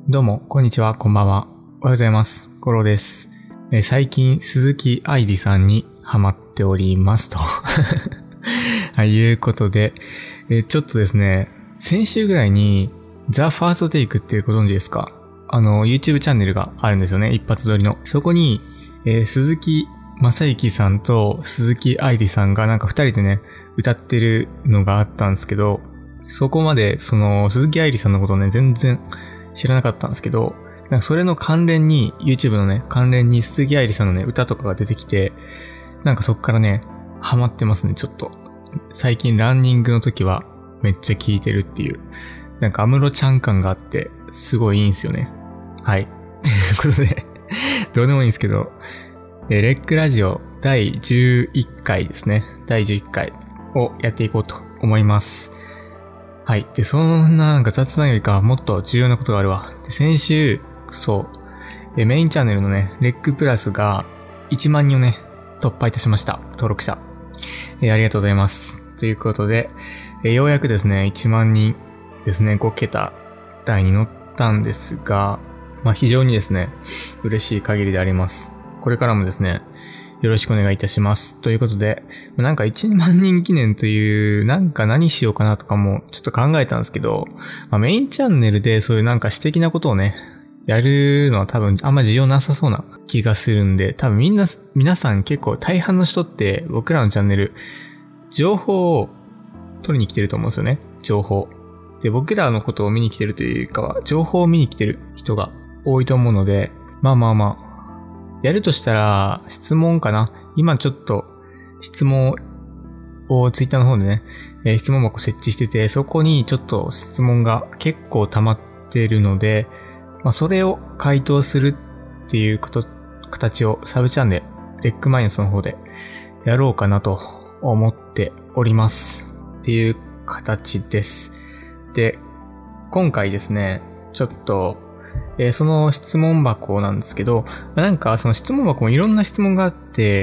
どうも、こんにちは、こんばんは。おはようございます。ゴロです。最近、鈴木愛理さんにハマっておりますと。いうことで、ちょっとですね、先週ぐらいに、ザ・ファーストテイクってご存知ですか？YouTube チャンネルがあるんですよね、一発撮りの。そこに、鈴木正幸さんと鈴木愛理さんがなんか二人でね、歌ってるのがあったんですけど、そこまで、鈴木愛理さんのことをね、全然知らなかったんですけど、なんかそれの関連に、YouTube のね、関連に鈴木愛理さんのね、歌とかが出てきて、なんかそっからね、ハマってますね、ちょっと。最近ランニングの時はめっちゃ聴いてるっていう、なんか安室ちゃん感があって、すごいいいんですよね。はい。ということで、どうでもいいんですけど、レックラジオ第11回ですね。第11回をやっていこうと思います。はい。で、そんななんか雑談よりかもっと重要なことがあるわ。で、先週、メインチャンネルのね、レックプラスが1万人をね、突破いたしました。登録者。ありがとうございます。ということで、ようやくですね、1万人ですね、5桁台に乗ったんですが、非常にですね、嬉しい限りであります。これからもですね、よろしくお願いいたします。ということで、なんか1万人記念という、なんか何しようかなとかもちょっと考えたんですけど、メインチャンネルでそういうなんか私的なことをね、やるのは多分あんま需要なさそうな気がするんで、多分皆さん結構大半の人って僕らのチャンネル、情報を取りに来てると思うんですよね。情報。で、僕らのことを見に来てるというかは、情報を見に来てる人が多いと思うので、やるとしたら、質問かな。今ちょっと、質問をツイッターの方でね、質問箱設置してて、そこにちょっと質問が結構溜まってるので、それを回答するっていう形をサブチャンネル、レックマイナスの方でやろうかなと思っております。っていう形です。で、今回ですね、ちょっと、その質問箱なんですけど、なんかその質問箱もいろんな質問があって、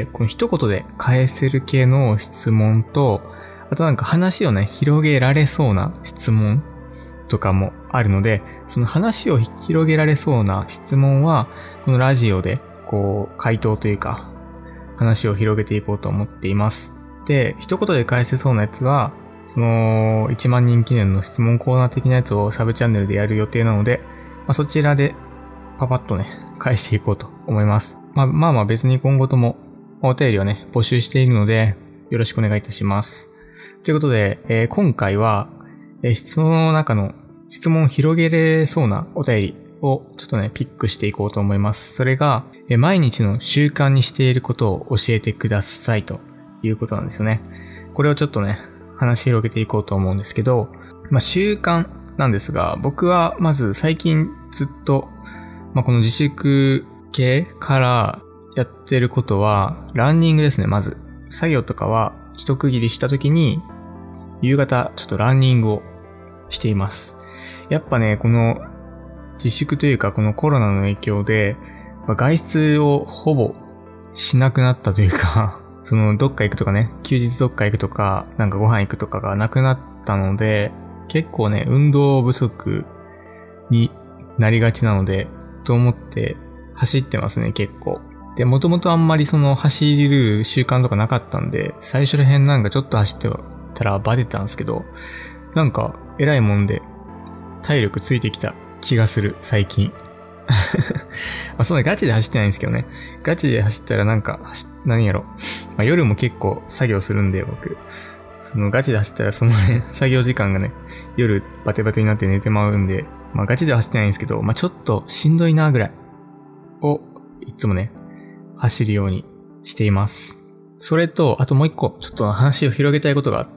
この一言で返せる系の質問と、あとなんか話をね、広げられそうな質問とかもあるので、その話を広げられそうな質問は、このラジオで回答というか、話を広げていこうと思っています。で、一言で返せそうなやつは、その1万人記念の質問コーナー的なやつをサブチャンネルでやる予定なので、そちらでパパッとね、返していこうと思います。別に今後ともお便りをね、募集しているので、よろしくお願いいたします。ということで、今回は、質問の中の質問を広げれそうなお便りをちょっとね、ピックしていこうと思います。それが、毎日の習慣にしていることを教えてくださいということなんですよね。これをちょっとね、話広げていこうと思うんですけど、習慣なんですが、僕はまず最近ずっと、この自粛系からやってることは、ランニングですね、まず。作業とかは一区切りした時に、夕方ちょっとランニングをしています。やっぱね、この自粛というか、このコロナの影響で、外出をほぼしなくなったというか、どっか行くとかね、休日どっか行くとか、なんかご飯行くとかがなくなったので、結構ね、運動不足になりがちなので、と思って走ってますね、結構。で、もともとあんまり走る習慣とかなかったんで、最初ら辺なんかちょっと走ってたらバテたんですけど、なんか偉いもんで体力ついてきた気がする、最近。そんなガチで走ってないんですけどね。ガチで走ったらなんか、何やろ。夜も結構作業するんで、僕。ガチで走ったら作業時間がね、夜バテバテになって寝てまうんで、ガチでは走ってないんですけど、ちょっとしんどいなぐらいを、いつもね、走るようにしています。それと、あともう一個、ちょっと話を広げたいことがあって、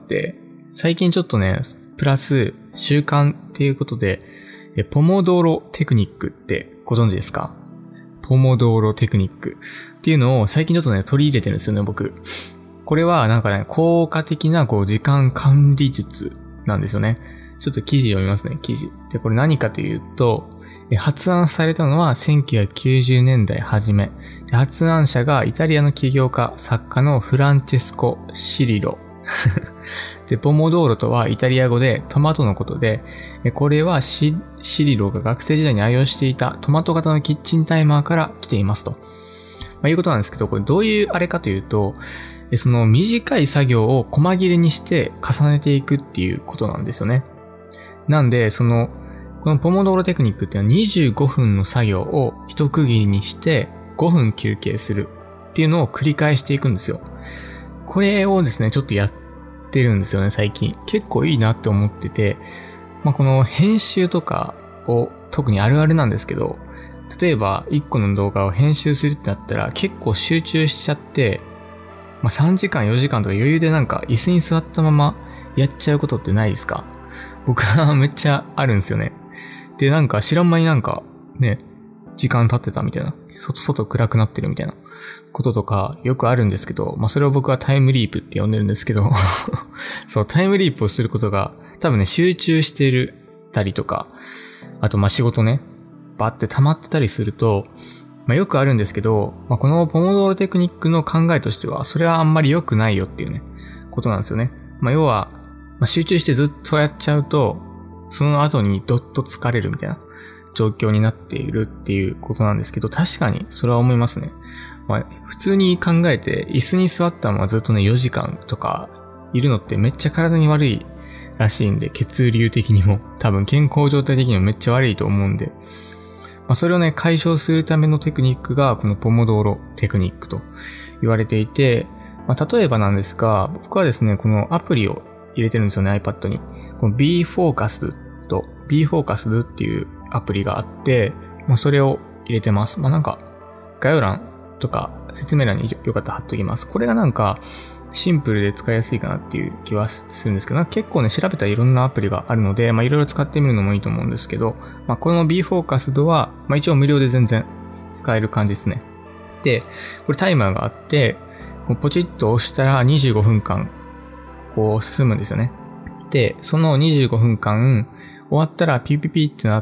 最近ちょっとね、プラス習慣っていうことで、ポモドーロテクニックってご存知ですか？ポモドーロテクニックっていうのを最近ちょっとね、取り入れてるんですよね、僕。これはなんかね、効果的な時間管理術なんですよね。ちょっと記事読みますね、記事。で、これ何かというと、発案されたのは1990年代初め。で、発案者がイタリアの起業家、作家のフランチェスコ・シリロで、ポモドーロとはイタリア語でトマトのことで、これはシリロが学生時代に愛用していたトマト型のキッチンタイマーから来ていますと。いうことなんですけど、これどういうあれかというと、その短い作業を細切れにして重ねていくっていうことなんですよね。なんで、このポモドーロテクニックっていうのは25分の作業を一区切りにして5分休憩するっていうのを繰り返していくんですよ。これをですね、ちょっとやってるんですよね、最近。結構いいなって思ってて、この編集とかを特にあるあるなんですけど、例えば1個の動画を編集するってなったら結構集中しちゃって、3時間4時間とか余裕でなんか椅子に座ったままやっちゃうことってないですか？僕はめっちゃあるんですよね。で、なんか知らん間になんかね、時間経ってたみたいな。外暗くなってるみたいなこととかよくあるんですけど、それを僕はタイムリープって呼んでるんですけど、そう、タイムリープをすることが多分ね、集中してるたりとか、あと仕事ね、バッて溜まってたりすると、よくあるんですけど、このポモドーロテクニックの考えとしては、それはあんまり良くないよっていうね、ことなんですよね。要は、集中してずっとやっちゃうと、その後にどっと疲れるみたいな状況になっているっていうことなんですけど、確かにそれは思いますね。普通に考えて、椅子に座ったままずっとね、4時間とかいるのってめっちゃ体に悪いらしいんで、血流的にも、多分健康状態的にもめっちゃ悪いと思うんで、それをね、解消するためのテクニックが、このポモドーロテクニックと言われていて、例えばなんですが、僕はですね、このアプリを入れてるんですよね、iPad に。この BeFocused っていうアプリがあって、それを入れてます。なんか、概要欄とか説明欄によかったら貼っときます。これがなんか、シンプルで使いやすいかなっていう気はするんですけど、結構ね、調べたらいろんなアプリがあるので、いろいろ使ってみるのもいいと思うんですけど、この BeFocused は、一応無料で全然使える感じですね。で、これタイマーがあって、ポチッと押したら25分間、進むんですよね。で、その25分間、終わったらピピピってなって、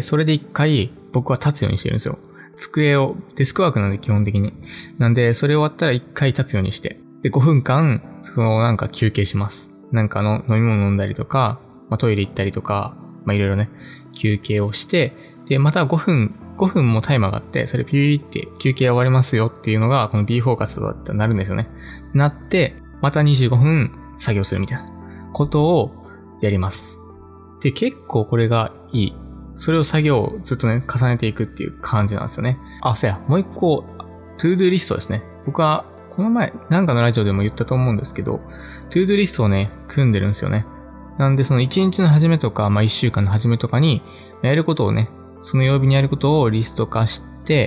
それで一回僕は立つようにしてるんですよ。デスクワークなんで基本的に。なんで、それ終わったら一回立つようにして。で、5分間、なんか休憩します。なんか飲み物飲んだりとか、トイレ行ったりとか、いろいろね、休憩をして、で、また5分もタイマーがあって、それピピピって休憩終わりますよっていうのが、この BeFocused だったらなるんですよね。なって、また25分作業するみたいなことをやります。で、結構これがいい。それを作業をずっとね、重ねていくっていう感じなんですよね。そうや、もう一個、トゥードゥリストですね。僕は、この前、なんかのラジオでも言ったと思うんですけど、トゥードゥリストをね、組んでるんですよね。なんで、その1日の始めとか、1週間の始めとかに、やることをね、その曜日にやることをリスト化して、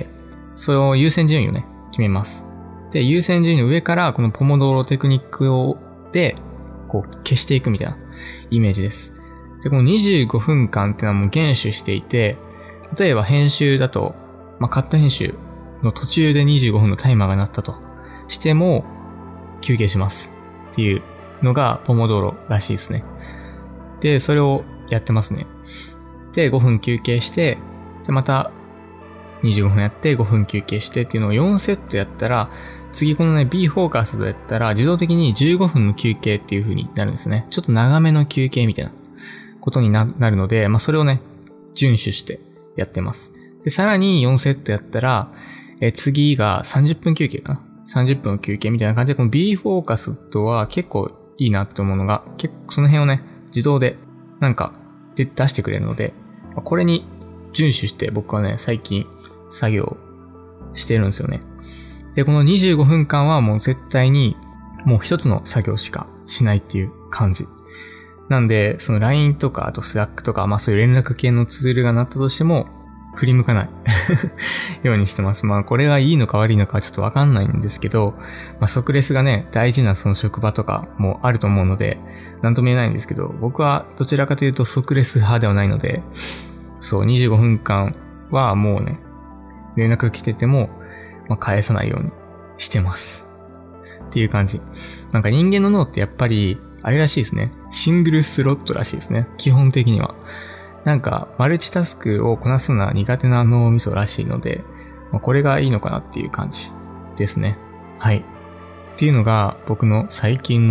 それを優先順位をね、決めます。で、優先順位の上から、このポモドーロテクニックで、消していくみたいなイメージです。で、この25分間っていうのはもう厳守していて、例えば編集だと、カット編集の途中で25分のタイマーが鳴ったとしても、休憩しますっていうのがポモドーロらしいですね。で、それをやってますね。で、5分休憩して、で、また25分やって5分休憩してっていうのを4セットやったら、次このね、BeFocused やったら自動的に15分の休憩っていう風になるんですね。ちょっと長めの休憩みたいなことになるので、それをね、遵守してやってます。で、さらに4セットやったら、次が30分休憩かな。30分休憩みたいな感じで、この BeFocused は結構いいなって思うのが、結構その辺をね、自動でなんか出してくれるので、これに遵守して僕はね、最近作業してるんですよね。で、この25分間はもう絶対にもう一つの作業しかしないっていう感じ。なんで、その LINE とか、あと Slack とか、そういう連絡系のツールが鳴ったとしても、振り向かないようにしてます。これがいいのか悪いのかはちょっとわかんないんですけど、即レスがね、大事なその職場とかもあると思うので、なんとも言えないんですけど、僕はどちらかというと即レス派ではないので、そう、25分間はもうね、連絡来てても、返さないようにしてます。っていう感じ。なんか人間の脳ってやっぱり、あれらしいですね。シングルスロットらしいですね。基本的には。なんか、マルチタスクをこなすのは苦手な脳みそらしいので、これがいいのかなっていう感じですね。はい。っていうのが僕の最近の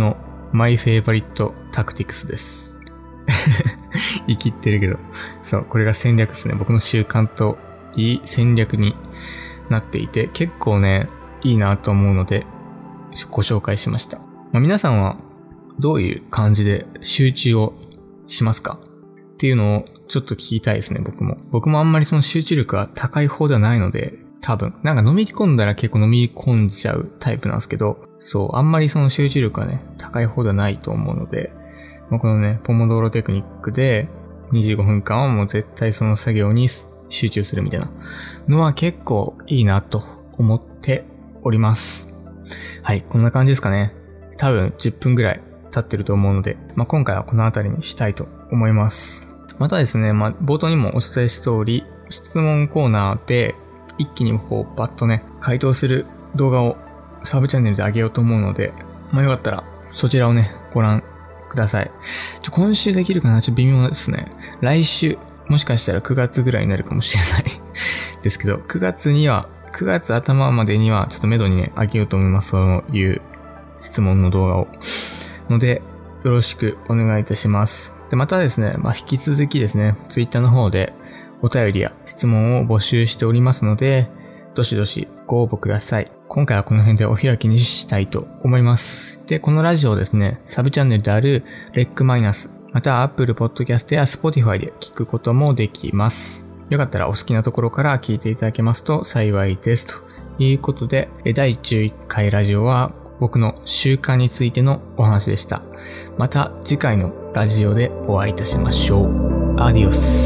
My Favorite Tactics です。生きってるけど。そう、これが戦略ですね。僕の習慣といい戦略になっていて、結構ね、いいなと思うので、ご紹介しました。皆さんはどういう感じで集中をしますかっていうのをちょっと聞きたいですね、僕もあんまりその集中力が高い方ではないので、多分。なんか飲み込んだら結構飲み込んじゃうタイプなんですけど、そう、あんまりその集中力がね、高い方ではないと思うので、このね、ポモドーロテクニックで25分間はもう絶対その作業に集中するみたいなのは結構いいなと思っております。はい、こんな感じですかね。多分10分ぐらい経ってると思うので、今回はこの辺りにしたいと思います。またですね、冒頭にもお伝えした通り、質問コーナーで一気にバッとね、回答する動画をサブチャンネルで上げようと思うので、よかったらそちらをね、ご覧ください。今週できるかな？微妙ですね。来週、もしかしたら9月ぐらいになるかもしれないですけど、9月頭までにはちょっと目処にね、上げようと思います。そういう質問の動画を。ので、よろしくお願いいたします。で、またですね、引き続きですね、Twitter の方でお便りや質問を募集しておりますので、どしどしご応募ください。今回はこの辺でお開きにしたいと思います。で、このラジオをですね、サブチャンネルであるレックマイナス、また Apple Podcast や Spotify で聞くこともできます。よかったらお好きなところから聞いていただけますと幸いです。ということで、第11回ラジオは僕の習慣についてのお話でした。また次回のラジオでお会いいたしましょう。アディオス。